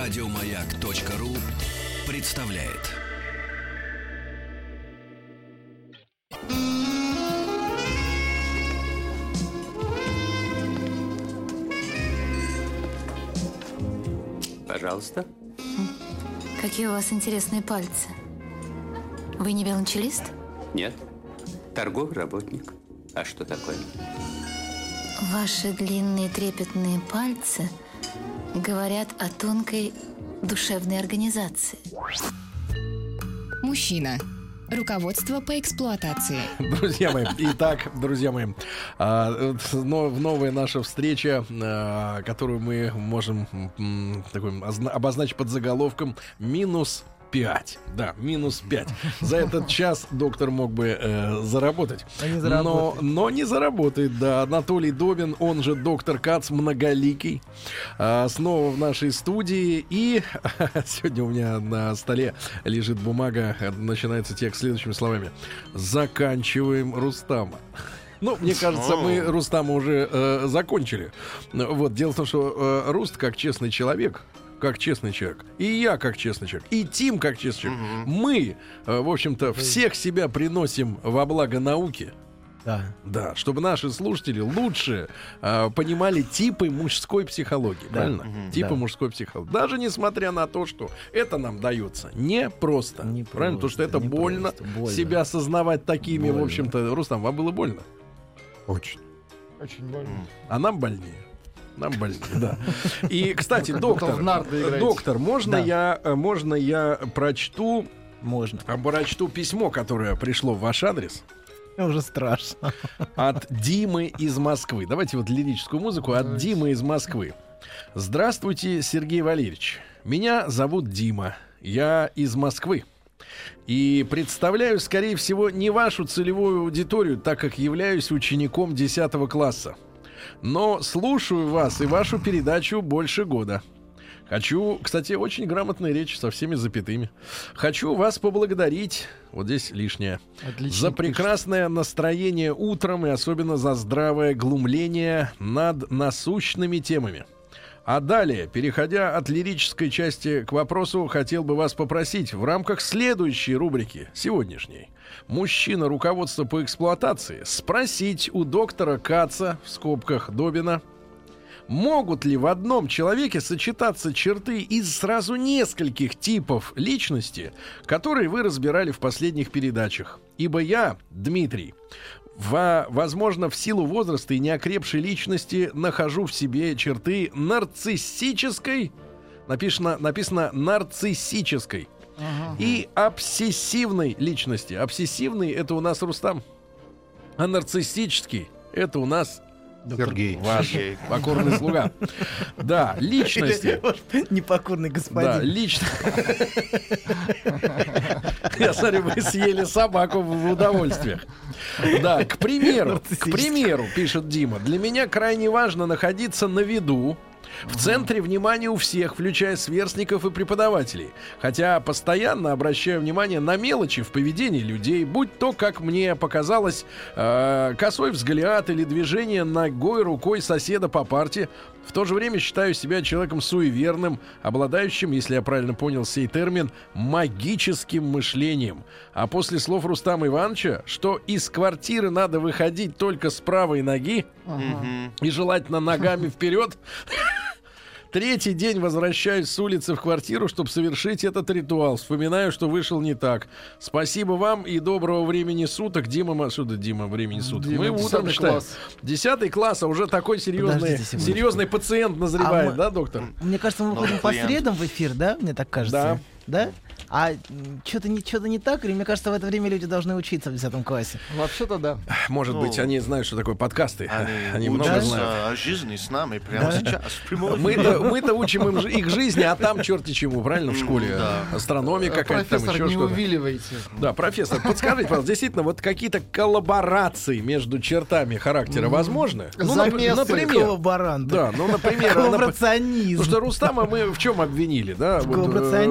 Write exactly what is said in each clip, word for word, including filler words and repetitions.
Радиомаяк.ру представляет. Пожалуйста. Какие у вас интересные пальцы. Вы не велончелист? Нет. Торговый работник. А что такое? Ваши длинные трепетные пальцы говорят о тонкой душевной организации. Мужчина. Руководство по эксплуатации. Друзья мои, итак, друзья мои, а, но, новая наша встреча, а, которую мы можем м, такой, обозначить под заголовком «Минус пять». Да, минус пять. За этот час доктор мог бы э, заработать. А не но, но не заработает, да. Анатолий Добин, он же доктор Кац Многоликий, э, снова в нашей студии. И сегодня у меня на столе лежит бумага, начинается текст следующими словами: «Заканчиваем Рустама». Ну, мне кажется, мы Рустама уже э, закончили. Вот, дело в том, что э, Руст, как честный человек, как честный человек, и я как честный человек, и Тим как честный человек, uh-huh. мы, э, в общем-то, всех себя приносим во благо науки. Да. Да, чтобы наши слушатели лучше э, понимали типы мужской психологии. Да. Правильно? Угу, типы да. мужской психологии. Даже несмотря на то, что это нам дается непросто. Не правильно? Потому что это больно, больно себя осознавать такими, больно. В общем-то. Рустам, вам было больно? Очень. Очень больно. А нам больнее. Нам больнее, да. И, кстати, доктор, доктор, можно я, можно я прочту, можно. Прочту письмо, которое пришло в ваш адрес? Уже страшно. От Димы из Москвы. Давайте вот лирическую музыку от Димы из Москвы. Здравствуйте, Сергей Валерьевич. Меня зовут Дима. Я из Москвы. И представляю, скорее всего, не вашу целевую аудиторию, так как являюсь учеником десятого класса. Но слушаю вас и вашу передачу больше года. Хочу, кстати, очень грамотная речь со всеми запятыми. Хочу вас поблагодарить, вот здесь лишнее, отлично, за прекрасное пишет. Настроение утром и особенно за здравое глумление над насущными темами. А далее, переходя от лирической части к вопросу, хотел бы вас попросить в рамках следующей рубрики, сегодняшней, «Мужчина. Руководство по эксплуатации», спросить у доктора Каца, в скобках Добина, могут ли в одном человеке сочетаться черты из сразу нескольких типов личности, которые вы разбирали в последних передачах. Ибо я, Дмитрий, в, возможно, в силу возраста и неокрепшей личности нахожу в себе черты нарциссической, написано, написано нарциссической, uh-huh. и обсессивной личности. Обсессивный — это у нас Рустам, а нарциссический — это у нас Сергей. Ваш Сергей. Покорный слуга. Да, личности. Непокорный господин. Да, личность. Я смотрю, вы съели собаку в удовольствиях. Да, к примеру, к примеру, пишет Дима, для меня крайне важно находиться на виду, в центре внимания у всех, включая сверстников и преподавателей. Хотя постоянно обращаю внимание на мелочи в поведении людей, будь то, как мне показалось, э, косой взгляд или движение ногой, рукой соседа по парте. В то же время считаю себя человеком суеверным, обладающим, если я правильно понял сей термин, магическим мышлением. А после слов Рустама Ивановича, что из квартиры надо выходить только с правой ноги, uh-huh. и желательно ногами вперед, третий день возвращаюсь с улицы в квартиру, чтобы совершить этот ритуал. Вспоминаю, что вышел не так. Спасибо вам и доброго времени суток. Дима, что это Дима, времени суток? Дима, мы утром читаем. Десятый класс, а уже такой серьезный, серьезный пациент назревает, а мы, да, доктор? Мне кажется, мы выходим по средам в эфир, да? Мне так кажется. Да. Да? А что-то не, что-то не так? Или, мне кажется, в это время люди должны учиться в десятом классе? Вообще-то да. Может ну, быть, они знают, что такое подкасты. Они, они много да? знают о жизни с нами прямо да? сейчас. Мы-то, мы-то учим им их жизни, а там черти чему, правильно, в школе? Да. Астрономия какая-то там, еще не что-то. Увиливайте. Да, профессор, подскажите, пожалуйста, действительно, вот какие-то коллаборации между чертами характера возможны? Ну, например. Коллаборанты. Да, ну, например. Коллаборационизм. Потому что Рустама мы в чем обвинили, да? В коллаборационизме? Нет,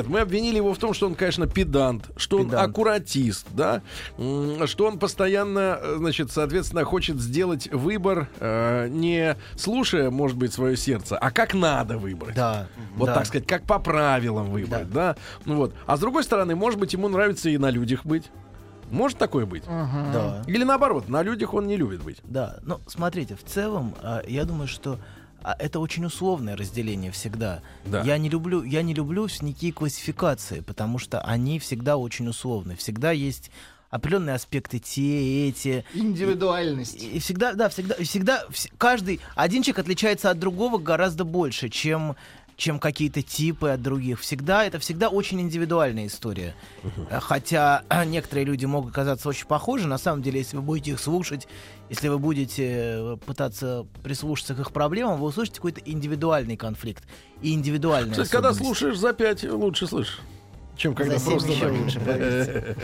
Нет, мы обвинили его в том, что он, конечно, педант, что он Педант. аккуратист, да, м, что он постоянно, э, значит, соответственно, хочет сделать выбор, э, не слушая, может быть, свое сердце, а как надо выбрать. Да. Вот да. так сказать, как по правилам выбрать, да. Ну вот. А с другой стороны, может быть, ему нравится и на людях быть. Может такое быть? Да. Или наоборот, на людях он не любит быть. Да, но смотрите, в целом, а, я думаю, что а, это очень условное разделение всегда. Да. Я не люблю, я не люблю никакие классификации, потому что они всегда очень условны. Всегда есть определенные аспекты те, эти. Индивидуальность. И, и всегда, да, всегда, всегда, вс- каждый один человек отличается от другого гораздо больше, чем чем какие-то типы от других. Всегда, это всегда очень индивидуальная история. Uh-huh. Хотя некоторые люди могут казаться очень похожи. На самом деле, если вы будете их слушать, если вы будете пытаться прислушаться к их проблемам, вы услышите какой-то индивидуальный конфликт и индивидуальные Кстати, когда особенности. слушаешь за пять, лучше слышишь, чем когда За семь просто еще так. лучше, поверьте.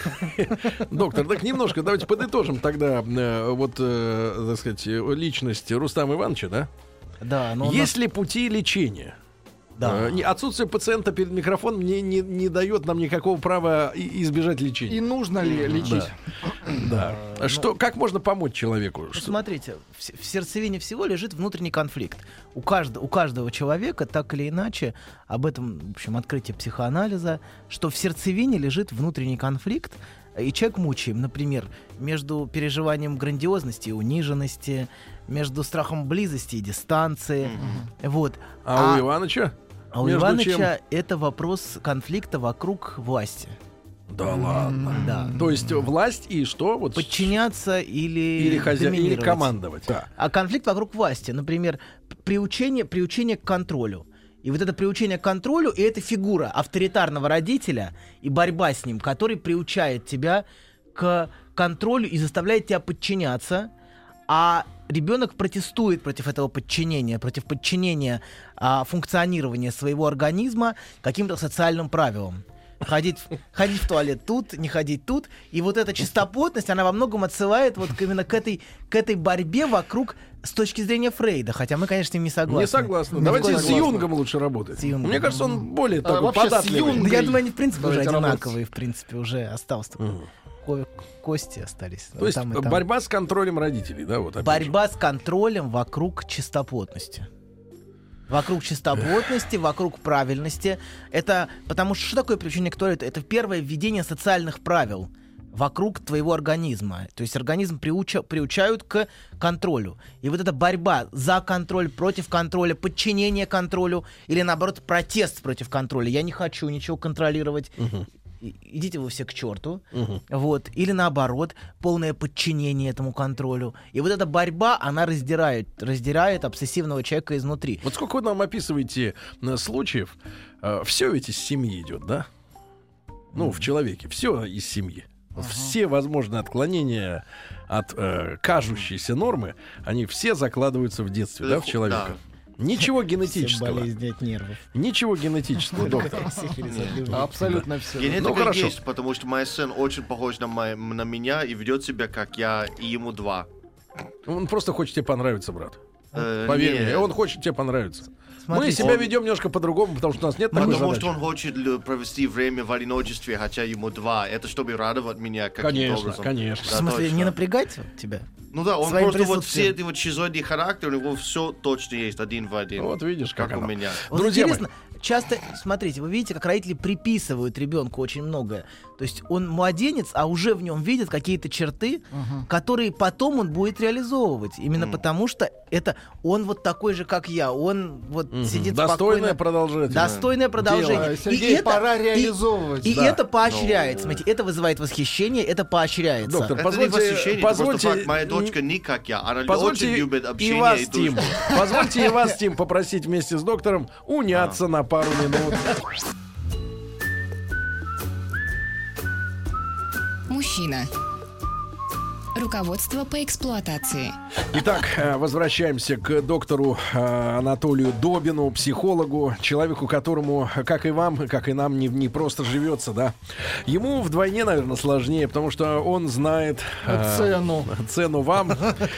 Доктор, так немножко давайте подытожим тогда э, вот, э, так сказать, личность Рустама Ивановича, да? Да, но у Есть нас- ли пути лечения? Да. Э, не- Отсутствие пациента перед микрофоном не, не, не дает нам никакого права и- избежать И лечения. нужно ли лечить? Да. Что, как можно помочь человеку? Ну, Что- смотрите, в, с- в сердцевине всего лежит внутренний конфликт. У, каждого, у каждого человека, так или иначе, об этом, в общем, открытие психоанализа, что в сердцевине лежит внутренний конфликт, и человек мучаем, например, между переживанием грандиозности и униженности, между страхом близости и дистанции. Вот. А, у Иваныча? а у между Иваныча чем? это вопрос конфликта вокруг власти. Да ладно. Да. То есть власть и что? Вот Подчиняться или, или хозя... или доминировать. командовать. Да. А конфликт вокруг власти, например, п- приучение, приучение к контролю. И вот это приучение к контролю, и это фигура авторитарного родителя и борьба с ним, который приучает тебя к контролю и заставляет тебя подчиняться, а ребенок протестует против этого подчинения, против подчинения а, функционирования своего организма каким-то социальным правилам. Ходить, в- ходить в туалет тут, не ходить тут. И вот эта чистопотность, она во многом отсылает вот к- именно к этой, к этой борьбе вокруг с точки зрения Фрейда. Хотя мы, конечно, с ним не согласны. Не согласны. Ни в Давайте коем с случае. Юнгом лучше работать. С Юнгом. Мне кажется, он более А, такой вообще с податливый. Юнгом. Да я думаю, они в принципе уже Давайте работать. одинаковые, в принципе, уже осталось. Ко- Кости остались. То есть Там и там. борьба с контролем родителей, да, вот опять же. Борьба с контролем вокруг чистопотности. Вокруг чистоплотности, вокруг правильности. Это потому что что такое приучение к туалету? Это первое введение социальных правил вокруг твоего организма. То есть организм приуча, приучают к контролю. И вот эта борьба за контроль, против контроля, подчинение контролю или наоборот протест против контроля. Я не хочу ничего контролировать. И- Идите вы все к черту. Вот. Или наоборот, полное подчинение этому контролю. И вот эта борьба, она раздирает, раздирает обсессивного человека изнутри. Вот сколько вы нам описываете э, случаев, все ведь из семьи идет, да? Ну, в человеке, все из семьи. Вот все возможные отклонения от э, кажущейся нормы, они все закладываются в детстве, да, в Легко, человека. да. Ничего Все генетического. болезни от нервов. Ничего генетического, доктор. Абсолютно все. Генетика Ну, хорошо. есть, потому что мой сын очень похож на, мой- на меня и ведет себя, как я, и ему два. Он просто хочет тебе понравиться, брат. Э, Поверь нет. мне, он хочет тебе понравиться. Мы Смотрите, себя он- ведем немножко по-другому, потому что у нас нет такой Потому задачи. что он хочет л- провести время в одиночестве, хотя ему два. Это чтобы радовать меня каким-то Конечно, образом. конечно. в Да, смысле, точно. не напрягать тебя? Ну да, он своим просто вот присутствием? все эти вот шизоидный характер, у него все точно есть, один в один. Вот видишь, как, как у оно. меня. Вот Друзья мои, интересно, часто, смотрите, вы видите, как родители приписывают ребенку очень многое. То есть он младенец, а уже в нем видят какие-то черты, которые потом он будет реализовывать. Именно потому что это он вот такой же, как я. Он вот сидит Достойное спокойно. продолжение. Достойное продолжение. А, Сергей, пора реализовывать. И, и Да. это поощряется. Смотрите, это вызывает восхищение, это поощряется. Доктор, Это Позвольте- не восхищение, это позвольте- просто факт, моя дочка не как я, она Позвольте очень любит и общение вас, и Тим, дружбу. позвольте и вас, Тим, попросить вместе с доктором уняться на пару минут. Мужчина. Руководство по эксплуатации. Итак, э, возвращаемся к доктору э, Анатолию Добину, психологу, человеку, которому, как и вам, как и нам, не, не просто живется, да. Ему вдвойне, наверное, сложнее, потому что он знает э, Цену. цену вам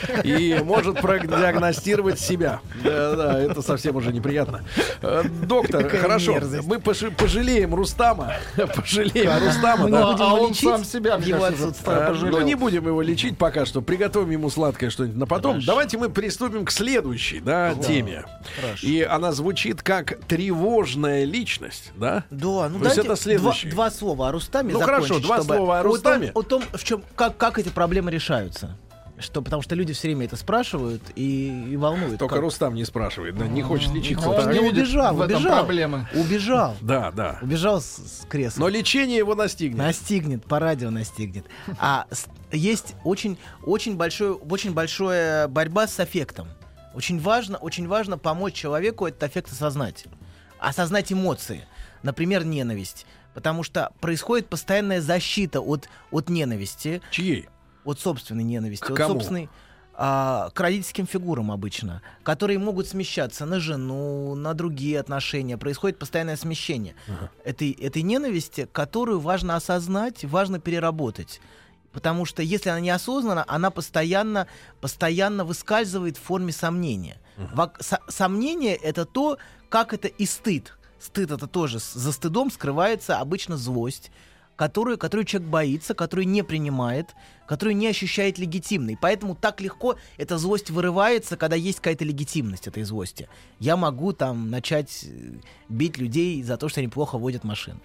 и может продиагностировать себя. Да, да, это совсем уже неприятно. Э, Доктор, Какая хорошо, мерзость. мы пожи- пожалеем Рустама, пожалеем Рустама, Мы да. не Ну, будем а его он лечить, сам себя, мне его кажется, отсутствие. А, пожалел. Ну, не будем его лечить пока что. Приготовим ему сладкое что-нибудь на потом. Хорошо. Давайте мы приступим к следующей, да, теме. Хорошо. И она звучит как тревожная личность, да? Да, ну То есть дайте это следующий. Два, два слова о Рустаме Ну, закончить, хорошо, два чтобы слова о о том- Рустаме. О том, в чем, как, как эти проблемы решаются. Что, потому что люди все время это спрашивают и, и волнуют. Только Как? Рустам не спрашивает, да, не хочет лечиться. Он так. не Не видит убежал, в этом убежал. проблемы. Убежал. Да, да. Убежал с, с кресла. Но лечение его настигнет. Настигнет, по радио настигнет. А с- есть очень, очень, большой, очень большая борьба с аффектом. Очень важно, очень важно помочь человеку этот аффект осознать. Осознать эмоции. Например, ненависть. Потому что происходит постоянная защита от, от ненависти, Чьей? от собственной ненависти, К от кому? собственной... а, к родительским фигурам обычно, которые могут смещаться на жену, на другие отношения. Происходит постоянное смещение этой, этой ненависти, которую важно осознать, важно переработать. Потому что если она неосознанна, она постоянно, постоянно выскальзывает в форме сомнения. Во- со- сомнение — это то, как это и стыд. Стыд — это тоже с- за стыдом скрывается обычно злость, которую, которую человек боится, которую не принимает, которую не ощущает легитимной. Поэтому так легко эта злость вырывается, когда есть какая-то легитимность этой злости. Я могу там начать э, бить людей за то, что они плохо водят машину.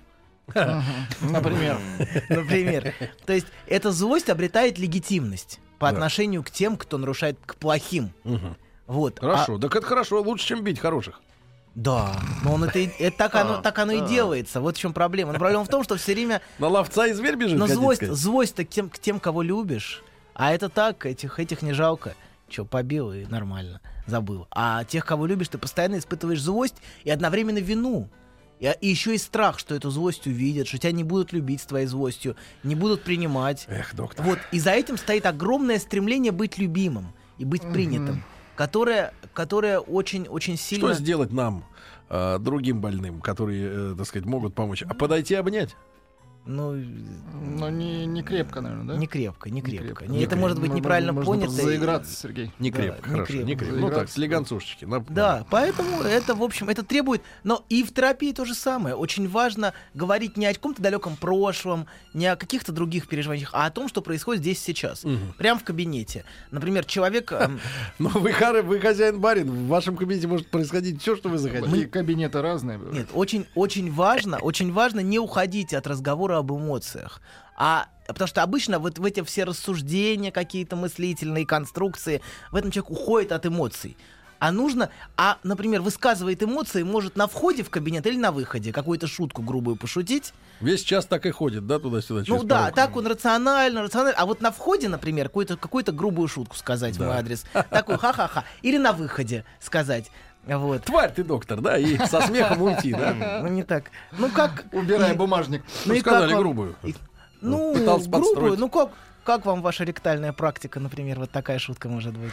Например. Например. То есть эта злость обретает легитимность по Да. отношению к тем, кто нарушает, к плохим. Мгм. Вот. Хорошо, А- так это хорошо, лучше, чем бить хороших. да, но он это, и- это так, оно, А, так оно и да. делается. Вот в чем проблема. Но проблема в том, что все время... На ловца и зверь бежит, Но хотите злость, сказать? злость-то к тем, к тем, кого любишь. А это так, этих, этих не жалко. Че, побил и нормально, забыл. А тех, кого любишь, ты постоянно испытываешь злость и одновременно вину. И, и еще и страх, что эту злость увидят, что тебя не будут любить с твоей злостью, не будут принимать. Эх, доктор. Вот, и за этим стоит огромное стремление быть любимым и быть принятым, которое, которое очень-очень сильно... Что сделать нам, э, другим больным, которые, э, так сказать, могут помочь? А подойти обнять? Ну, Но не, не крепко, наверное, да? не крепко, не крепко. крепко. Не- Не это может быть Можно- неправильно можно понято. просто и- заиграться, Сергей. Не Да, крепко, не хорошо, не крепко. крепко. Ну так, Заиграться. слегонцушечки. на- Да, поэтому это, в общем, это требует... Но и в терапии то же самое. Очень важно говорить не о каком-то далеком прошлом, не о каких-то других переживаниях, а о том, что происходит здесь и сейчас. Прямо в кабинете. Например, человек... эм, Ну, вы, хар- вы хозяин-барин, в вашем кабинете может происходить все, что вы захотите. И кабинеты разные. бывают. Нет, очень, очень важно, очень важно не уходить от разговора об эмоциях. А потому что обычно вот в эти все рассуждения, какие-то мыслительные конструкции, в этом человек уходит от эмоций. А нужно, а, например, высказывает эмоции, может на входе в кабинет или на выходе какую-то шутку грубую пошутить. Весь час так и ходит, да, туда-сюда? Ну через да, порог? так он рационально, рационально. А вот на входе, например, какую-то, какую-то грубую шутку сказать в мой адрес. Такой ха-ха-ха. Или на выходе сказать. Вот. Тварь ты, доктор, да, и со смехом уйти, да? Ну не так. Ну как... Убирай и- бумажник. Ну Ну, и сказали как вам- грубую. и- Ну, Пытался грубую, подстроить. ну как, как вам ваша ректальная практика, например, вот такая шутка может быть?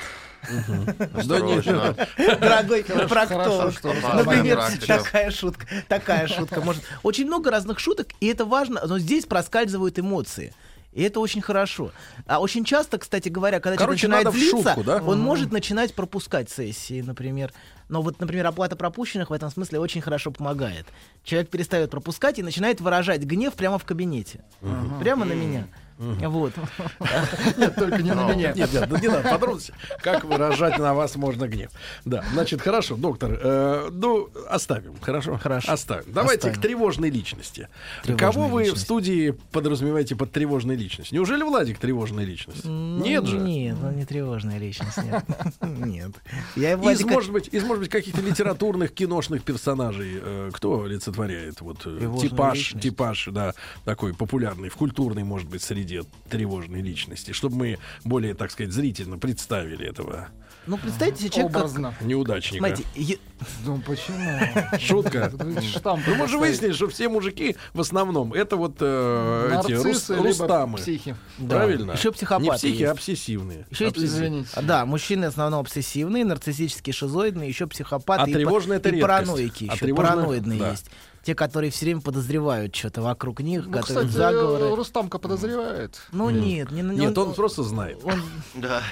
Да нет, Осторожно. Дорогой хорошо, проктолог, что например, практика. такая шутка, такая шутка может. Очень много разных шуток, и это важно, но здесь проскальзывают эмоции. И это очень хорошо. А очень часто, кстати говоря, когда человек Короче, начинает надо в злиться, шутку, да? он может начинать пропускать сессии, например. Но вот, например, оплата пропущенных в этом смысле очень хорошо помогает. Человек перестает пропускать и начинает выражать гнев прямо в кабинете. Прямо на меня. Вот. Нет, только не на меня. Нет, нет, ну не надо подробности. Как выражать на вас можно гнев. Да, значит, хорошо, доктор, э, ну, оставим, хорошо? Хорошо. Оставим. Давайте Оставим. к тревожной личности. Тревожная Кого вы личность. в студии подразумеваете под тревожной личностью? Неужели Владик тревожная личность? Ну, Нет же. Нет, он не тревожная личность, нет. Нет. Я его Из, Владика- может быть, из, может быть, каких-то литературных, киношных персонажей, э, кто олицетворяет вот э, Тревожную типаж, личность. типаж, да, такой популярный, в культурной, может быть, среде тревожной личности, чтобы мы более, так сказать, зрительно представили этого Ну, представьте себе человека, как... Образно. неудачника. Смотрите, е- Ну почему? Шутка. Штамп. Ну, мы же выяснили, что все мужики в основном это вот э, эти рус- Нарциссы, либо рустамы. психи. да. Правильно? Еще психопаты Не психи, есть. а обсессивные. Еще есть- Обсессивные. Извините. Да, мужчины в основном обсессивные, нарциссические, шизоидные, еще психопаты А и, тревожные па- это и редкость. параноики А еще. тревожные- Параноидные да. есть. Те, которые все время подозревают что-то вокруг них, Ну, готовят кстати, заговоры. Рустамка подозревает. Ну нет, не, Нет, он просто знает. он- Да.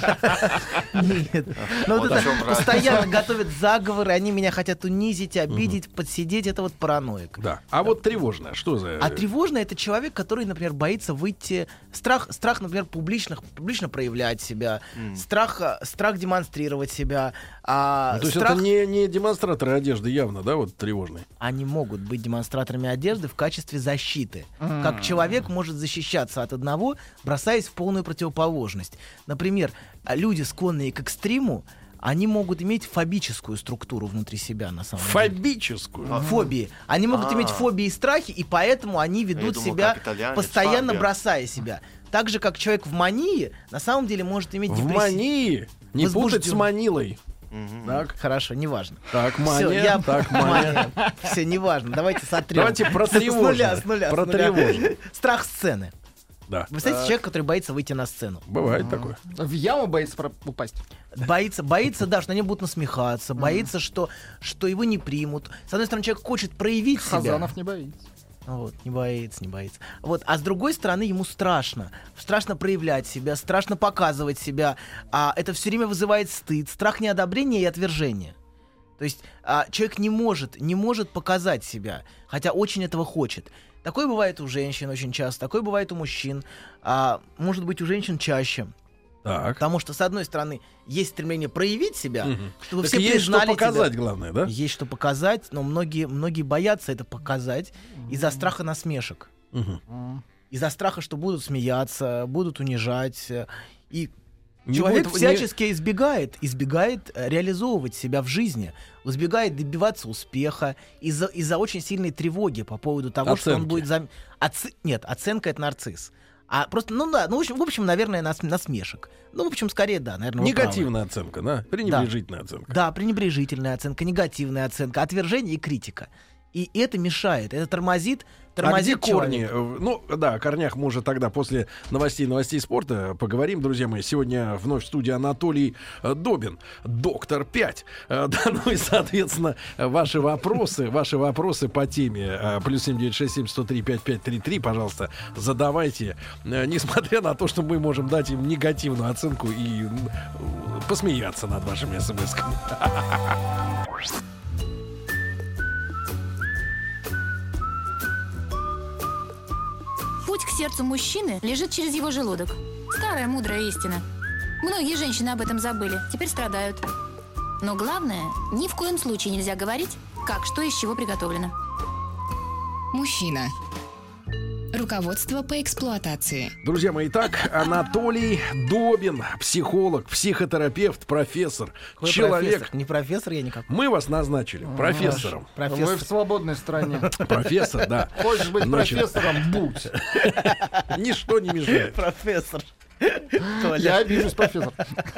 нет. Ну вот Вот это в чём разница. постоянно готовят заговоры, они меня хотят унизить, обидеть, подсидеть, это вот параноик. Да. А вот тревожное, что за... А тревожный — это человек, который, например, боится выйти... Страх, страх например, публично, публично проявлять себя, страх, а, страх демонстрировать себя. А, Ну, то есть страх... это не, не демонстраторы одежды явно, да, вот тревожные? Они могут быть демонстраторами одежды в качестве защиты. Как человек может защищаться от одного, бросаясь в полную противоположность. Например, а, люди, склонные к экстриму, они могут иметь фобическую структуру внутри себя, на самом деле. Фобическую. Фобии. Они могут А. иметь фобии и страхи, и поэтому они ведут думал, себя, как итальянец, постоянно фобия. бросая себя. Так же, как человек в мании, на самом деле может иметь В депресси- мании. Не путать с Возбужден. манилой. Мгм. Так, Хорошо, неважно. так, Всё, мания, я... так, мания. Все, неважно. Давайте сотрем. Давайте про С нуля, тревожное. с нуля, Про с нуля. тревожное. Страх сцены. Да, Вы представляете, человек, который боится выйти на сцену. бывает такое. В яму боится про- упасть. Боится, боится, да, что они будут насмехаться, боится, что, что его не примут. С одной стороны, человек хочет проявить себя. Хазанов не боится. Вот, не боится, не боится. Вот, а с другой стороны, ему страшно. Страшно проявлять себя, страшно показывать себя. А это все время вызывает стыд, страх неодобрения и отвержения. То есть а, человек не может, не может показать себя, хотя очень этого хочет. Такое бывает у женщин очень часто, такое бывает у мужчин, а, может быть у женщин чаще. Так. Потому что, с одной стороны, есть стремление проявить себя, Мгм. чтобы Так все есть что признали показать, тебя. главное, да? Есть что показать, но многие, многие боятся это показать из-за страха насмешек. Мгм. М. Из-за страха, что будут смеяться, будут унижать. э, И Не человек будет- всячески избегает, избегает э, реализовывать себя в жизни, избегает добиваться успеха из-за, из-за очень сильной тревоги по поводу того, что он Оценки. будет... Зам... Оце- Нет, оценка — это нарцисс. А просто, ну да, ну, в общем, в общем, наверное, нас- насмешек. Ну, в общем, скорее, да, наверное, вы правы. Негативная оценка, да? Пренебрежительная оценка. Да, пренебрежительная оценка, негативная оценка, отвержение и критика. И это мешает, это тормозит, А тормозит где корни? человека. Э, Ну, да, о корнях мы уже тогда после новостей новостей спорта поговорим, друзья мои. Сегодня вновь в студии Анатолий э, Добин, доктор пять. Э, Да, ну и, соответственно, ваши вопросы, ваши вопросы по теме э, плюс семь девять шесть семь сто три пять пять три три, пожалуйста, задавайте. Э, Несмотря на то, что мы можем дать им негативную оценку и м, э, посмеяться над вашими смс-ками. Путь к сердцу мужчины лежит через его желудок. Старая мудрая истина. Многие женщины об этом забыли, теперь страдают. Но главное, ни в коем случае нельзя говорить, как что из чего приготовлено. Мужчина. Руководство по эксплуатации. Друзья мои, итак, Анатолий Добин, психолог, психотерапевт, профессор, Какой человек. профессор? Не профессор я никак. Мы вас назначили профессором. Вы Профессор. в свободной стране. Профессор, да. Хочешь быть Значит, профессором, будь. Ничто не мешает. Профессор. Я обижусь, профессор.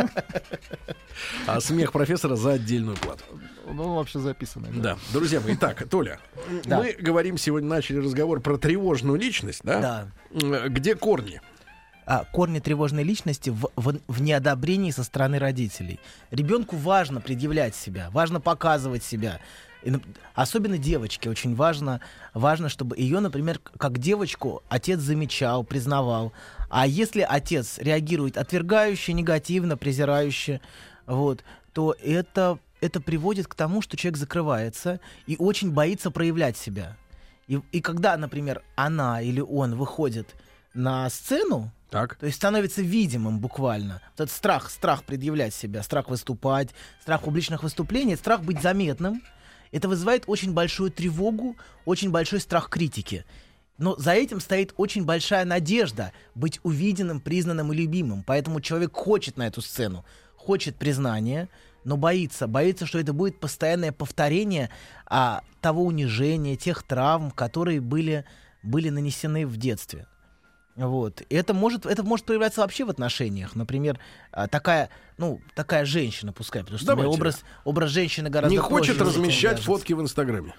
А смех профессора за отдельную плату. Ну, вообще записано. Да. Друзья мои, итак, Толя, Да. мы говорим сегодня, начали разговор про тревожную личность, да? Да. М, Где корни? А, корни тревожной личности в, в, в неодобрении со стороны родителей. Ребенку важно предъявлять себя, важно показывать себя. И, нап- особенно девочке очень важно, важно, чтобы ее, например, к- как девочку отец замечал, признавал. А если отец реагирует отвергающе, негативно, презирающе, вот, то это, это приводит к тому, что человек закрывается и очень боится проявлять себя. И, и когда, например, она или он выходит на сцену, Так. то есть становится видимым буквально. Вот этот страх, страх предъявлять себя, страх выступать, страх публичных выступлений, страх быть заметным. Это вызывает очень большую тревогу, очень большой страх критики. Но за этим стоит очень большая надежда быть увиденным, признанным и любимым. Поэтому человек хочет на эту сцену, хочет признания, но боится. Боится, что это будет постоянное повторение а, того унижения, тех травм, которые были, были нанесены в детстве. Вот. И это может, это может проявляться вообще в отношениях. Например, а, такая, ну, такая женщина, пускай, потому что образ, образ женщины гораздо Не проще хочет размещать вяжется. фотки в Инстаграме.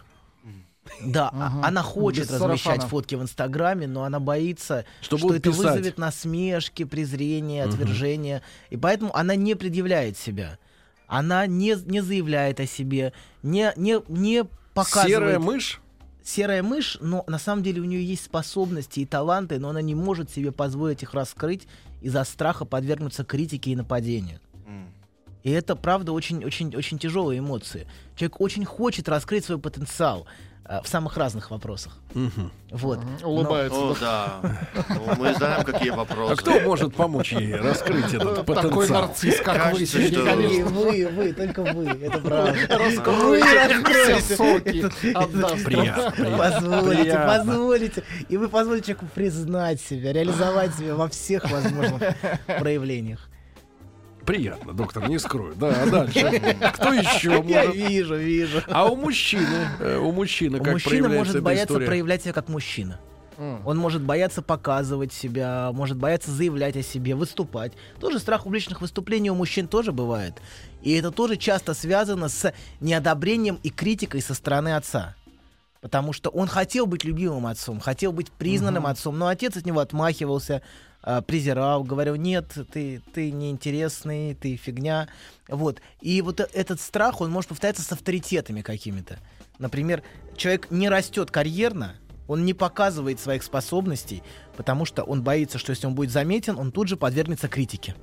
Да, Ага. а- она хочет Без размещать сарафана. фотки в Инстаграме, но она боится, Что что, будут это писать. вызовет насмешки, презрение, Мгм. отвержение. И поэтому она не предъявляет себя. Она не, не заявляет о себе, не, не, не показывает... Серая мышь? Серая мышь, но на самом деле у нее есть способности и таланты, но она не может себе позволить их раскрыть из-за страха подвергнуться критике и нападению. М. И это, правда, очень, очень, очень тяжелые эмоции. Человек очень хочет раскрыть свой потенциал э, в самых разных вопросах. Мгм. Вот. Улыбается. О, да. Ну, мы знаем, какие вопросы. А кто может помочь ей раскрыть этот Такой потенциал? нарцисс, как вы, Кажется, Сергей что- Валерьевич. Вы, вы, вы, только вы, это правда. Раскройте все соки. Отдаст. Приятно, приятно. Позволите, Приятно. позволите. И вы позволите человеку признать себя, реализовать себя во всех возможных проявлениях. Приятно, доктор, не скрою. Да, а дальше? Кто еще Я может? вижу, вижу. А у мужчины? э, У мужчины У как мужчины проявляется может эта бояться история? проявлять себя как мужчина. М. Он может бояться показывать себя, может бояться заявлять о себе, выступать. Тоже страх публичных выступлений у мужчин тоже бывает. И это тоже часто связано с неодобрением и критикой со стороны отца. Потому что он хотел быть любимым отцом, хотел быть признанным отцом, но отец от него отмахивался, а, презирал, говорил: нет, ты, ты неинтересный, ты фигня. Вот. И вот э- этот страх, он может повторяться с авторитетами какими-то. Например, человек не растет карьерно, он не показывает своих способностей, потому что он боится, что если он будет заметен, он тут же подвергнется критике.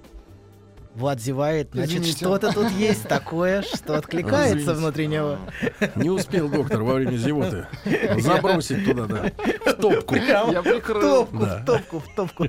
Влад зевает, значит, Извините. что-то тут есть такое, что откликается Извините. внутри него. Не успел доктор во время зевоты забросить туда, да, в топку. Я В прикрыл. топку, Да. в топку, в топку.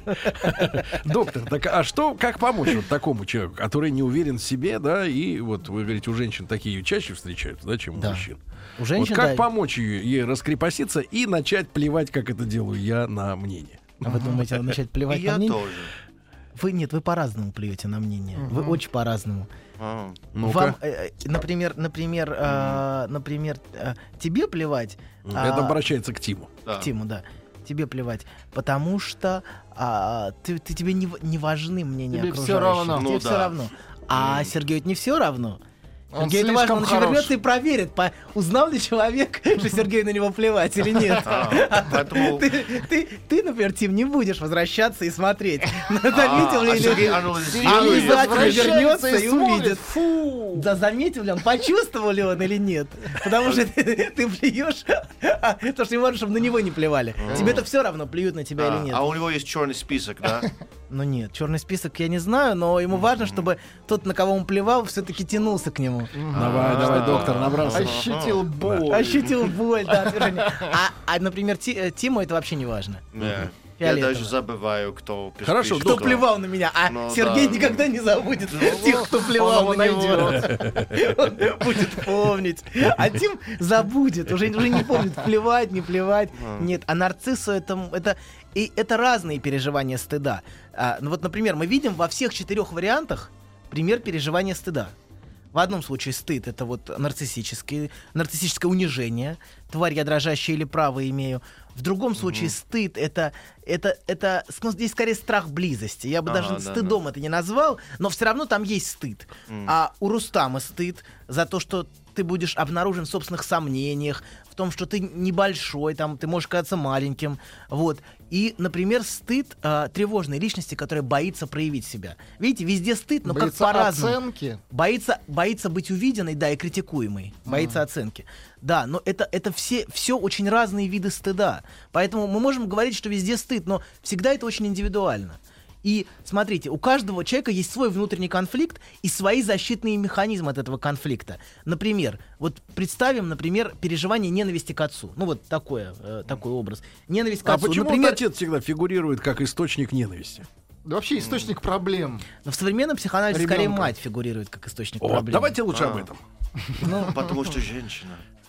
Доктор, так а что, как помочь вот такому человеку, который не уверен в себе, да, и вот вы говорите, у женщин такие чаще встречаются, да, чем у Да. мужчин. У женщин, Вот как да, помочь ей, ей раскрепоститься и начать плевать, как это делаю я, на мнение? а вы думаете, надо начать И плевать на я мнение? тоже. Вы нет, вы по-разному плюете на мнение. Вы очень по-разному. А. Ну-ка. Вам, э, э, например, например, э, например, э, тебе плевать. Это а, обращается к Тиму. Да. Тиму, да. Тебе плевать, потому что а, ты, ты- тебе не, в- не важны мнения Тебе всё окружающих. равно. Тебе Ну все да. равно. А Сергею это не все равно. Он Сергею это важно, слишком он еще хорош. вернется и проверит, по- узнал ли человек, что Сергею на него плевать или нет. А, поэтому Ты, ты, ты, например, Тим, не будешь возвращаться и смотреть, заметил а ли Сергей или анализирует. обязательно Возвращается вернется и и смотрит. увидит. Фу! Да, заметил ли он, почувствовал ли он или нет. Потому что ты, ты плюешь, а, то, что не важно, чтобы на него не плевали. Тебе это все равно, плюют на тебя А, или нет. а у него есть черный список, да? Ну нет, черный список я не знаю, но ему важно, чтобы тот, на кого он плевал, все-таки тянулся к нему. Давай, давай, доктор, набрасывай. Ощутил боль. Ощутил боль, да, отвержение. А, а, например, Ти- э, Тиму это вообще не важно. Да. Я Фиолетово. даже забываю, кто пиш- Хорошо, пишет. Кто доктор. плевал на меня, а Ну, Сергей да. никогда не забудет тех, кто плевал он на его него. Он будет помнить. А Тим забудет, уже, уже не помнит, плевать, не плевать. Нет, а нарциссу это, это, и это разные переживания стыда. А, ну вот, например, мы видим во всех четырех вариантах пример переживания стыда. В одном случае стыд — это вот нарциссический, нарциссическое унижение. Тварь я дрожащая или право имею. В другом случае стыд — это, это, это ну, здесь скорее страх близости. Я бы Ага, даже да, стыдом это не назвал, но все равно там есть стыд. А у Рустама стыд за то, что ты будешь обнаружен в собственных сомнениях, в том, что ты небольшой, там, ты можешь казаться маленьким. Вот. И, например, стыд а, тревожной личности, которая боится проявить себя. Видите, везде стыд, но Боится как по-разному. оценки. Боится, боится быть увиденной, да, и критикуемой. Боится оценки. Да, но это, это все, все очень разные виды стыда. Поэтому мы можем говорить, что везде стыд, но всегда это очень индивидуально. И смотрите, у каждого человека есть свой внутренний конфликт и свои защитные механизмы от этого конфликта. Например, вот представим, например, переживание ненависти к отцу. Ну вот такое, э, такой образ. Ненависть к А отцу. почему Например, вот отец всегда фигурирует как источник ненависти? Да вообще источник проблем. но в современном психоанализе скорее Ребенка. мать фигурирует как источник О, проблем. давайте лучше об А. этом. Ну, Потому что женщина.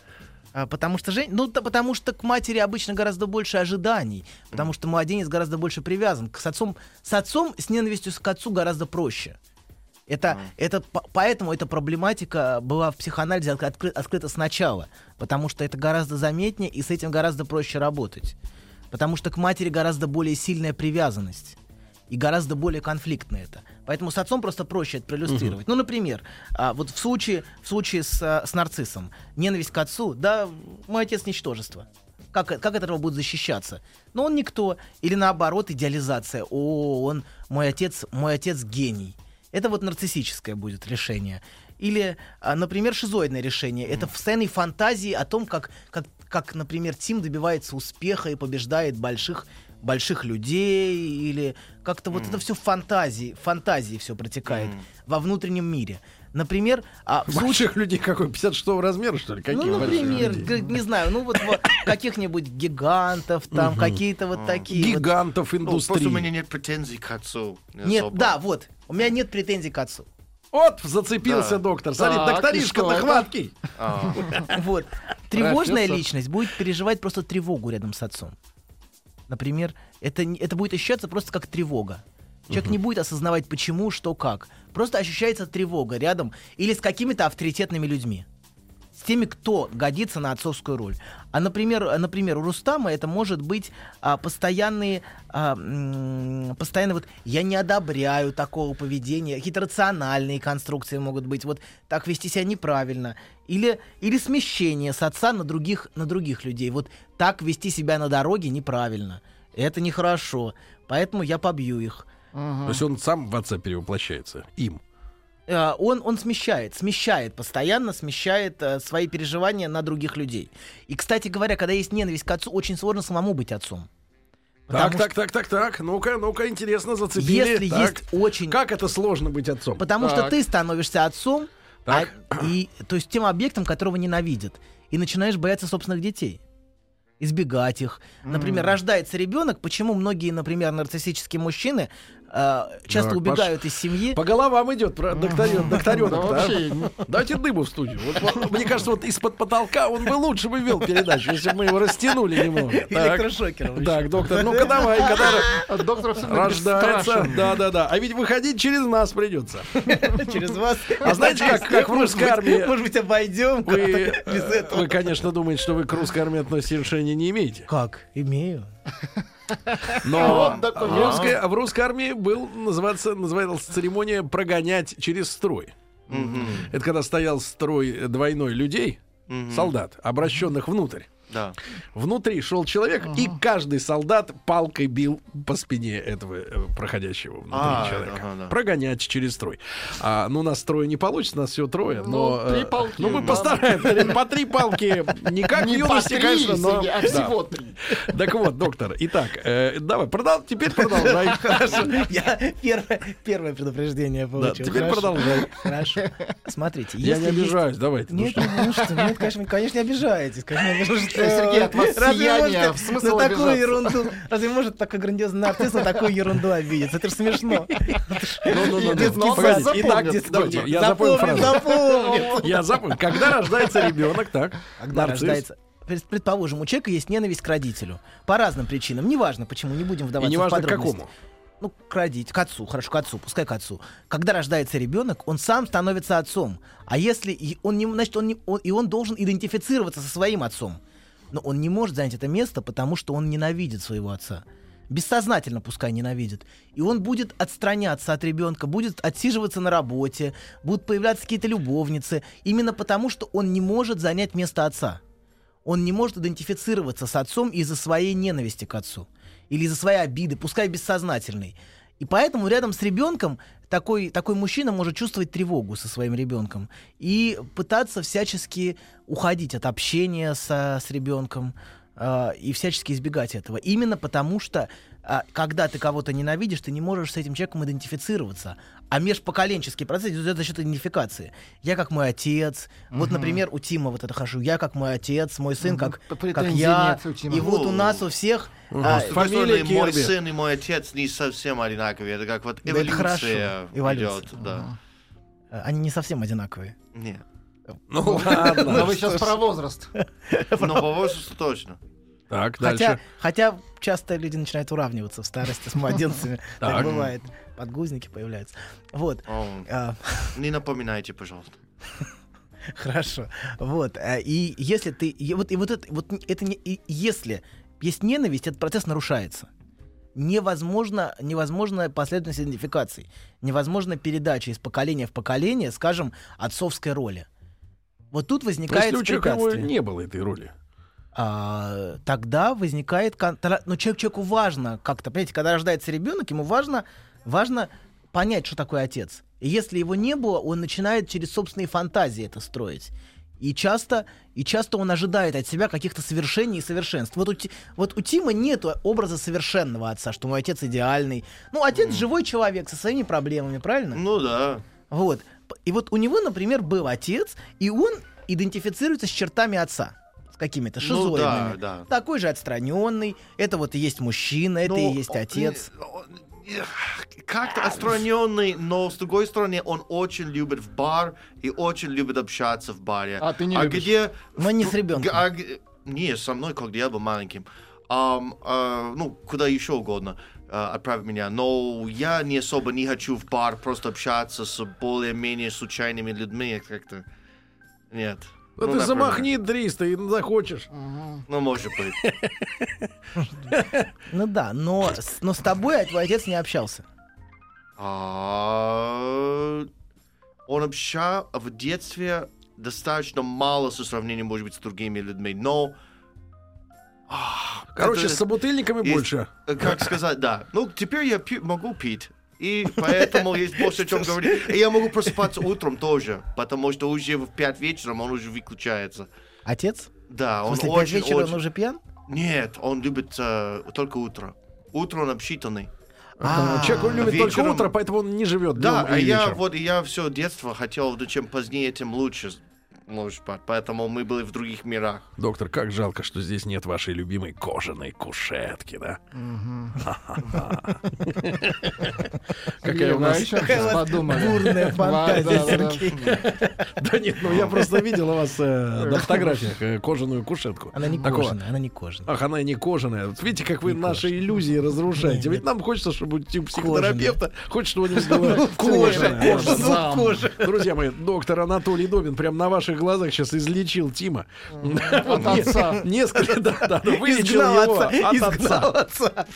А, потому что жен... ну, да, потому что к матери обычно гораздо больше ожиданий, потому что младенец гораздо больше привязан. К- С отцом, с отцом, с ненавистью к отцу гораздо проще. Это, А. это, по- поэтому эта проблематика была в психоанализе откры- открыта сначала, потому что это гораздо заметнее, и с этим гораздо проще работать. Потому что к матери гораздо более сильная привязанность. И гораздо более конфликтно это. Поэтому с отцом просто проще это проиллюстрировать. Ну, например, а, вот в случае, в случае с, а, с нарциссом, ненависть к отцу, да, мой отец ничтожество. Как, как от этого будет защищаться? Ну, он никто. Или наоборот, идеализация. О, он, мой отец, мой отец гений. Это вот нарциссическое будет решение. Или, а, например, шизоидное решение. Это постоянные фантазии о том, как, как, как, например, Тим добивается успеха и побеждает больших, больших людей. Или как-то вот это все в фантазии, фантазии все протекает во внутреннем мире. Например, а, в случае... Больших людей какой? пятьдесят шестого размера, что ли? Каких Ну, больших например, людей? г- не знаю, ну вот, вот каких-нибудь гигантов, там, какие-то вот такие. вот. Гигантов Ну, просто у индустрии. меня нет претензий к отцу. не Нет, особо. да, вот, у меня нет претензий к отцу. Вот, зацепился Да. доктор. Смотри, Так, и докторишка-то что это? хваткий. А, Вот. Тревожная Профессор. личность будет переживать просто тревогу рядом с отцом. Например, это, не- это будет ощущаться просто как тревога. Человек не будет осознавать, почему, что, как. Просто ощущается тревога рядом или с какими-то авторитетными людьми. С теми, кто годится на отцовскую роль. А, например, например у Рустама это может быть а, постоянные, а, м, постоянно вот «я не одобряю такого поведения», какие-то рациональные конструкции могут быть, вот так вести себя неправильно. Или, или смещение с отца на других, на других людей. Вот так вести себя на дороге неправильно. Это нехорошо. Поэтому я побью их. То есть он сам в отца перевоплощается. Им. Э, Он, он смещает, смещает, постоянно смещает э, свои переживания на других людей. И, кстати говоря, когда есть ненависть к отцу, очень сложно самому быть отцом. Так, Потому так, так, так, так. Ну-ка, ну-ка, интересно, зацепили. Если Так. есть очень... Как это сложно быть отцом? Потому что Так. ты становишься отцом, Так. а- и, то есть тем объектом, которого ненавидят. И начинаешь бояться собственных детей. Избегать их. Например, рождается ребенок. Почему многие, например, нарциссические мужчины э, часто Так, убегают из семьи? По головам идет про докторен, Да докторенок, да? вообще, Дайте дыму в студию. Вот, вот, мне кажется, вот из-под потолка он бы лучше бы вел передачу, если бы мы его растянули немного. Так, Электрошокером еще. так, доктор, ну-ка давай, когда а доктор всегда рождается. бесстрашен. Да-да-да. А ведь выходить через нас придется. Через вас. А знаете, как, как в Может русской быть, армии... Может быть, обойдем Вы, как-то без этого. вы, конечно, думаете, что вы к русской армии относительно решения не имеете. Как? Имею. Но Вот такой в русской, в русской армии был, называться, называлась церемония прогонять через строй. мгм, Это когда стоял строй двойной людей, мгм. солдат, обращенных внутрь. Да. Внутри шел человек, и каждый солдат палкой бил по спине этого э, проходящего внутри А, человека. ага, да. Прогонять через строй. А, ну, нас трое не получится, нас всего трое. Но, Ну, три э, палки ну, мы надо. постараемся. По три палки. Не как в Не по юности, три, конечно, но... Сергей, а да. всего три. Так вот, доктор, итак, э, давай, продал, теперь продолжай. Хорошо. Я первое, первое предупреждение Да, получил. теперь Хорошо. продолжай. Хорошо. Смотрите, Я не если есть- обижаюсь, давайте. ну Нет, что. нет, ну что, нет, конечно, конечно, не обижаетесь. Конечно, не обижаетесь. Сергей, от вас Разве сияние, можете в смысл на такую обижаться? ерунду, разве может такой грандиозный нарцисс на такую ерунду обидеться? Это же смешно. Ну-ну-ну, Детский ну, сад. погодите, итак, запомнит, давайте, доктор. я запомнил Запомнит, фразу. запомнит. Я запомнил. Когда рождается ребенок, так? Когда нарцисс. рождается... Пред- Предположим, у человека есть ненависть к родителю. По разным причинам. Неважно, почему, не будем И вдаваться не в важно к подробности. какому. Ну, к родителю, к отцу, хорошо, к отцу, пускай к отцу. Когда рождается ребенок, он сам становится отцом. А если и он не, значит, он не, он- и он должен идентифицироваться со своим отцом. Но он не может занять это место, потому что он ненавидит своего отца. Бессознательно пускай ненавидит. И он будет отстраняться от ребенка, будет отсиживаться на работе, будут появляться какие-то любовницы, именно потому что он не может занять место отца. Он не может идентифицироваться с отцом из-за своей ненависти к отцу. Или из-за своей обиды, пускай бессознательной. И поэтому рядом с ребенком такой, такой мужчина может чувствовать тревогу со своим ребенком и пытаться всячески уходить от общения со, с ребенком э, и всячески избегать этого. Именно потому что, э, когда ты кого-то ненавидишь, ты не можешь с этим человеком идентифицироваться. А межпоколенческий процесс идет за счет идентификации. Я как мой отец. Вот, например, у Тима вот это хожу. Я как мой отец, мой сын как, как Претензий я. нет у Тима. И вот у нас у всех... а, С другой Фамилия стороны, мой Кирби. сын и мой отец не совсем одинаковые. Это как вот Да это хорошо. эволюция Эволюция. идет. Да. они не совсем одинаковые. Нет. Ну Но ладно. вы сейчас про возраст. Но по возрасту точно. Так, Хотя, дальше. хотя часто люди начинают уравниваться в старости с младенцами. Так. Так бывает. подгузники появляются. Вот. О, А, не напоминайте, пожалуйста. Хорошо. Вот. а, И если ты... И вот, и вот это, вот это не, и если есть ненависть, этот процесс нарушается. Невозможно, невозможна последовательность идентификаций. Невозможна передача из поколения в поколение, скажем, отцовской роли. Вот тут Но возникает если у человека его препятствие. не было этой роли. А, тогда возникает... кон- тра- Но человек, человеку важно как-то... Понимаете, когда рождается ребенок, ему важно, важно понять, что такое отец. И если его не было, он начинает через собственные фантазии это строить. И часто, и часто он ожидает от себя каких-то совершений и совершенств. Вот у, Ти- вот у Тима нет образа совершенного отца, что мой отец идеальный. Ну, отец живой человек со своими проблемами, правильно? Ну да. Вот. И вот у него, например, был отец, и он идентифицируется с чертами отца. С какими-то Ну шизоидными. да, да. Такой же отстраненный. Это вот и есть мужчина, это Ну, и есть он- отец. он- Как-то отстраненный, но с другой стороны, он очень любит в бар и очень любит общаться в баре. А ты не а любишь? где... Но не с ребенком. А г- не, со мной, когда я был маленьким. Ам, а, ну, куда еще угодно а, отправить меня. Но я не особо не хочу в бар просто общаться с более-менее случайными людьми. Как-то... Нет. Да Ну, ты например. замахни триста и захочешь. Ну, может быть. Ну да, но, с- но с тобой твой отец не общался. А, Он общался в детстве достаточно мало со сравнением, может быть, с другими людьми, но... а, Короче, это- с собутыльниками есть- больше. Как сказать, да. Ну, теперь я пью- могу пить. И поэтому есть больше о чем говорить. И я могу просыпаться утром тоже, потому что уже в пять вечера он уже выключается. Отец? Да, В он смысле, пять очень, вечера очень... он уже пьян? Нет, он любит э, только утро. Утро он обсчитанный. А, Человек он любит только вечером- утро, поэтому он не живет Да, днем а и я вечером. вот и я все детство хотел, да чем позднее, тем лучше. Может быть, поэтому мы были в других мирах. Доктор, как жалко, что здесь нет вашей любимой кожаной кушетки, да? Какая у Лена, нас... а еще Какая у вас подумали. бурная фантазия, Да, да, да. Сергей. Да нет, ну я просто видел у вас э, на фотографиях э, кожаную кушетку. Она не Такого. кожаная, она не кожаная. Ах, она и не кожаная. Вот видите, как вы наши иллюзии разрушаете. Ведь нам хочется, чтобы у психотерапевта хоть что-нибудь было кожаное. Кожа, зам. Друзья мои, доктор Анатолий Добин прямо на ваших глазах сейчас излечил Тима. От отца. Несколько, да, да, да, вылечил Изгнал его отца, от изгнал отца. отца.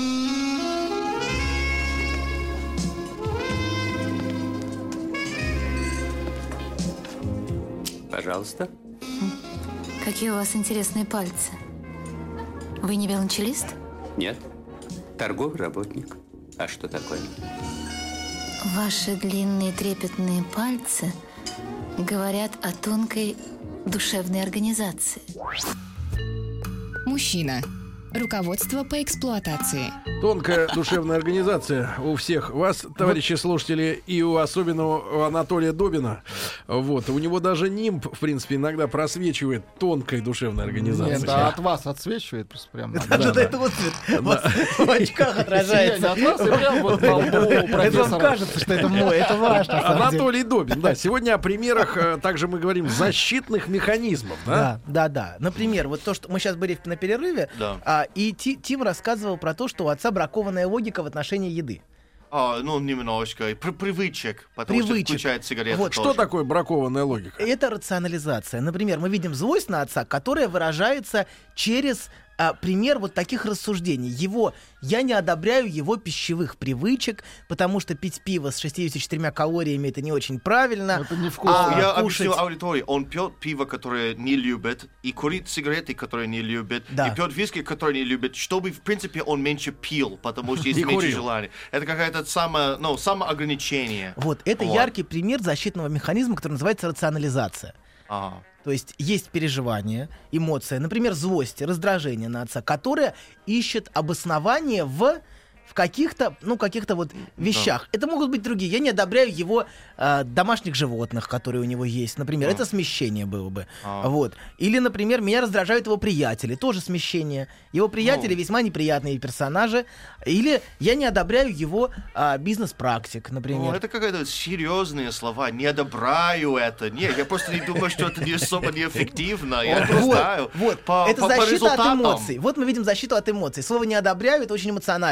Пожалуйста. Какие у вас интересные пальцы. Вы не велончелист? Нет. Торговый работник. А что такое? Ваши длинные трепетные пальцы говорят о тонкой душевной организации. Мужчина. Руководство по эксплуатации. Тонкая душевная организация у всех вас, товарищи слушатели, и у особенно у Анатолия Добина. Вот. У него даже нимб, в принципе, иногда просвечивает тонкой душевной организацией. Нет, а от вас отсвечивает просто прям. Даже это вот вот в очках отражается. Сияние от вас и прям вот на лбу у Это вам профессора. кажется, что это мой, это ваш, на самом деле. Анатолий Добин, да. Сегодня о примерах, э, также мы говорим, защитных механизмов, да? Да, да, да. Например, вот то, что мы сейчас были на перерыве, Да. а, и Ти- Тим рассказывал про то, что у отца бракованная логика в отношении еды. А, ну, немножко. При- привычек. Потому Привычек. что включает сигареты Вот, Что тоже. такое бракованная логика? Это рационализация. Например, мы видим злость на отца, которая выражается через а, пример вот таких рассуждений. Его, я не одобряю его пищевых привычек, потому что пить пиво с шестьюдесятью четырьмя калориями это не очень правильно. Это невкусно. А, Я кушать- объясню аудитории. Он пьет пиво, которое не любит, и курит сигареты, которые не любит, Да. и пьет виски, которые не любит, чтобы, в принципе, он меньше пил, потому что есть И меньше курил. желания. Это какое-то само, ну, самоограничение. Вот, это Вот. яркий пример защитного механизма, который называется рационализация. Ага. То есть есть переживание, эмоция, например, злость, раздражение на отца, которое ищет обоснование в, в каких-то, ну, каких-то вот вещах. Это могут быть другие. Я не одобряю его э, домашних животных, которые у него есть. Например, А. это смещение было бы. А. Вот. Или, например, меня раздражают его приятели. Тоже смещение. Его приятели Ну. весьма неприятные персонажи. Или я не одобряю его а, бизнес-практик, например. Ну, это какие-то серьезные слова. Не одобряю это. Нет, я просто не думаю, что это не особо неэффективно. Я не Вот, знаю. вот. По- это по- по защита от результатам. эмоций. Вот мы видим защиту от эмоций. Слово «не одобряю» — это очень эмоциональное слово.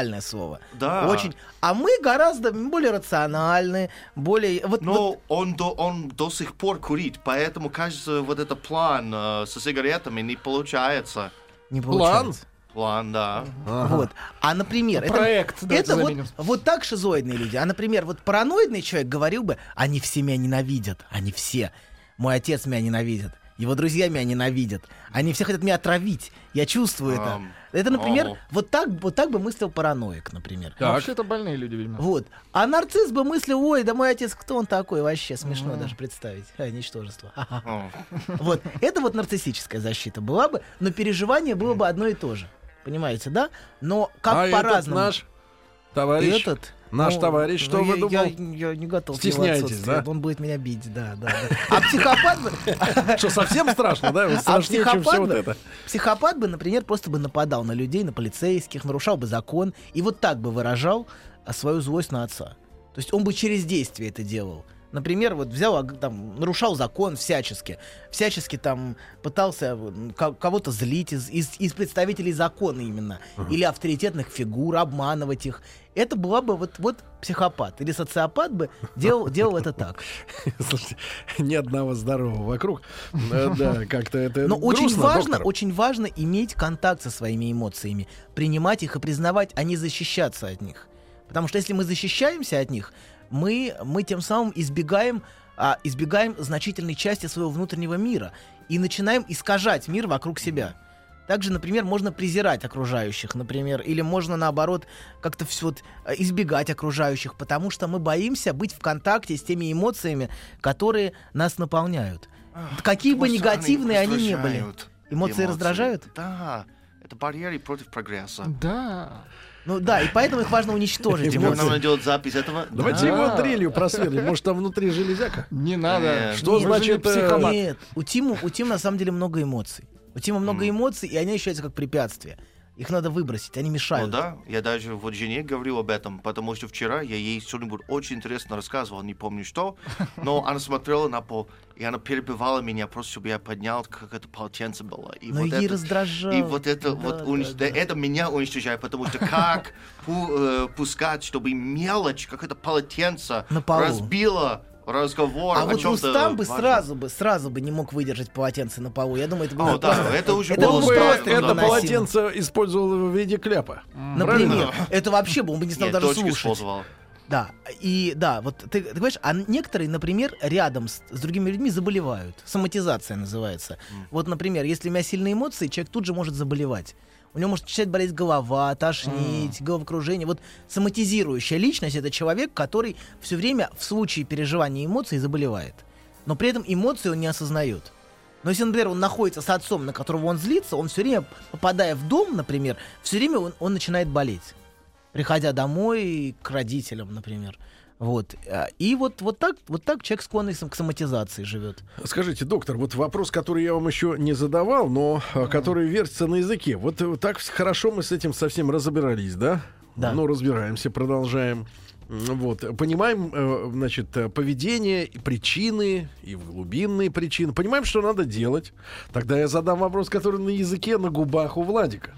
здорово. Да. Очень. А мы гораздо более рациональны, более... Вот, Но вот- он, до, он до сих пор курит, поэтому, кажется, вот этот план э, со сигаретами не получается. не План? получается. План, да. Вот. А, например, это, Проект, давайте это вот, заменим. вот так шизоидные люди. А, например, вот параноидный человек говорил бы, они все меня ненавидят, они все. Мой отец меня ненавидит, его друзья меня ненавидят, они все хотят меня отравить. Я чувствую это. Ам, Это, например, о. вот так, вот так бы мыслил параноик, например. Так. Вообще это больные люди, видимо. Вот. А нарцисс бы мыслил, ой, да мой отец, кто он такой вообще? Смешно даже представить. А, ничтожество. Ха-ха. О. Вот. Это вот нарциссическая защита была бы, но переживание было бы одно и то же. Понимаете, да? Но как а этот по-разному. наш товарищ, Этот? наш Ну, товарищ, что ну, вы я, думал? Я, я не готов. к его Стесняетесь, отсутствию. да? Он будет меня бить, да, да. да. А психопат бы... Что, совсем страшно, да? Вот А страшнее, чем все психопат вот бы, это. психопат бы, например, просто бы нападал на людей, на полицейских, нарушал бы закон и вот так бы выражал а, свою злость на отца. То есть он бы через действие это делал. Например, вот взял, а, там, нарушал закон всячески, всячески там пытался м, ко- кого-то злить из, из, из представителей закона именно, или авторитетных фигур, обманывать их. Это была бы вот, вот психопат или социопат бы делал, делал это так. Слушайте, ни одного здорового вокруг. Э, Да, как-то это Но очень грустно, важно, доктор. очень важно иметь контакт со своими эмоциями, принимать их и признавать, а не защищаться от них. Потому что если мы защищаемся от них, мы, мы тем самым избегаем, а, избегаем значительной части своего внутреннего мира и начинаем искажать мир вокруг себя. Также, например, можно презирать окружающих, например, или можно, наоборот, как-то все вот, э, избегать окружающих, потому что мы боимся быть в контакте с теми эмоциями, которые нас наполняют. Какие бы Потому что негативные они ни были. раздражают. Эмоции раздражают? Да. Это барьеры против прогресса. Да. Ну да, и поэтому их важно уничтожить. Теперь нам эмоции. надо делать запись этого. Давайте Да. его дрелью просверлим. Может, там внутри железяка? Не надо. Нет. Что Мы же значит, не э, психопат? Нет, у Тиму, у Тима на самом деле много эмоций. У Тима много эмоций, и они ощущаются как препятствия. Их надо выбросить, они Ну мешают. да, я даже вот жене говорил об этом, потому что вчера я ей что-нибудь очень интересно рассказывал, не помню что, но она смотрела на пол, и она перебивала меня, просто чтобы я поднял, как это полотенце было. И Но вот ей это, раздражало. И вот это, Да, вот да, унич- да. это меня уничтожает, потому что как пу- э, пускать, чтобы мелочь, как это полотенце На полу. разбило разговор А о вот чем-то Рустам бы важном. сразу бы сразу бы не мог выдержать полотенце на полу. Я думаю, это было О, да, просто- это уже это было было Он бы бы просто это невыносимо. полотенце использовал в виде кляпа. Например, это вообще бы он бы не стал Нет, даже дочка слушать. использовала. Да, и да, вот ты, ты понимаешь, а некоторые, например, рядом с, с другими людьми заболевают. Соматизация называется. Вот, например, если у меня сильные эмоции, человек тут же может заболевать. У него может начать болеть голова, тошнить, головокружение. Вот соматизирующая личность — это человек, который все время в случае переживания эмоций заболевает. Но при этом эмоции он не осознает. Но если, например, он находится с отцом, на которого он злится, он все время, попадая в дом, например, все время он, он начинает болеть. Приходя домой к родителям, например. Вот. А, И вот, вот, так, вот так человек, склонный сам- к соматизации, живет. Скажите, доктор, вот вопрос, который я вам еще не задавал, но а, который вертится на языке. Вот э, так хорошо мы с этим совсем разобрались, да? Да. Ну, разбираемся, продолжаем. М, Вот, понимаем, э, значит, э, поведение, и причины, и глубинные причины. Понимаем, что надо делать. Тогда я задам вопрос, который на языке, на губах у Владика.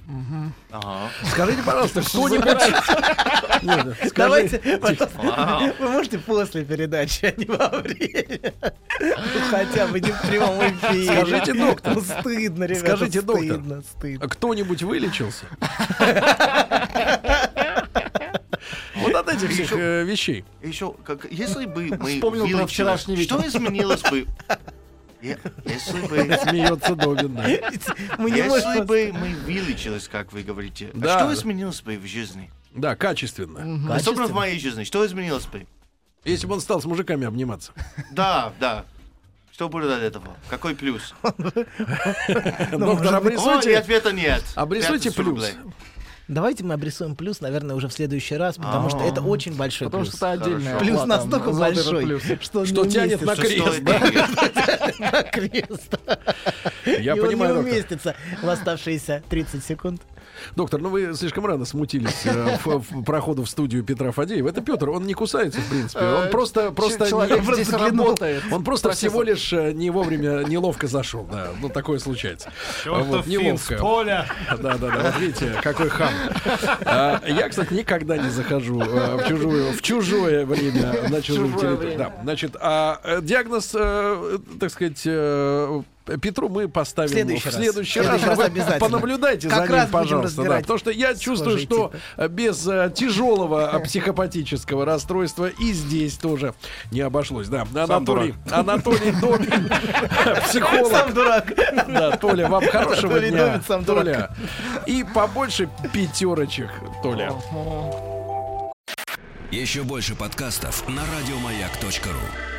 Ага. Скажите, пожалуйста, кто-нибудь... Нет, скажи- Давайте, пожалуйста, вы можете после передачи, а не во время. Ну, хотя бы не в прямом эфире. Скажите, доктор. Ну, стыдно, ребята, Скажите, доктор. стыдно, стыдно. Кто-нибудь вылечился? Вот от этих всех э, вещей. Еще, как, если бы мы Вспомнил про вылечились, вчерашний вечер. что изменилось бы? Е- Если бы, Смеется Добин, да. Мы не если можем... бы мы вылечились, как вы говорите, а Да. что изменилось бы в жизни? Да, качественно. Особенно в моей жизни. Что изменилось бы? Если бы он стал с мужиками обниматься. Да, да. Что будет от этого? Какой плюс? Доктор, О, и обрисуйте, ответа нет. обрисуйте пятьдесят плюс. рублей. Давайте мы обрисуем плюс, наверное, уже в следующий раз, потому что это очень большой Потому плюс. что это отдельная Плюс оплата настолько за этот большой, плюс. что, он Что не тянет на уместится. Что крест. стоит денег? На крест. Я И он понимаю, не доктор. уместится в оставшиеся тридцать секунд. Доктор, ну вы слишком рано смутились э, в, в проходу в студию Петра Фадеева. Это Петр, он не кусается, в принципе. Он просто, просто, Человек не, здесь работает. он просто Профессор. всего лишь э, не вовремя, неловко зашел. Да, ну такое случается. Чёртов фин с поля. Да, да, да. Вот видите, какой хам. А, я, кстати, никогда не захожу э, в чужую, в чужое время на чужую территорию. Да, значит, а э, диагноз, э, так сказать, э, Петру мы поставим Следующий в раз. следующий В раз. следующий раз Вы обязательно. Понаблюдайте Как за раз ним, будем пожалуйста. Да, разбирать потому что я чувствую, схожие что типы. без э, тяжелого э, психопатического расстройства и здесь тоже не обошлось. Да, Анатолий, Анатолий Добин, психолог. Сам дурак. Да, Толя, вам хорошего Анатолий дня, Добин, сам Толя. И побольше пятерочек, Толя. Еще больше подкастов на радиомаяк точка ру.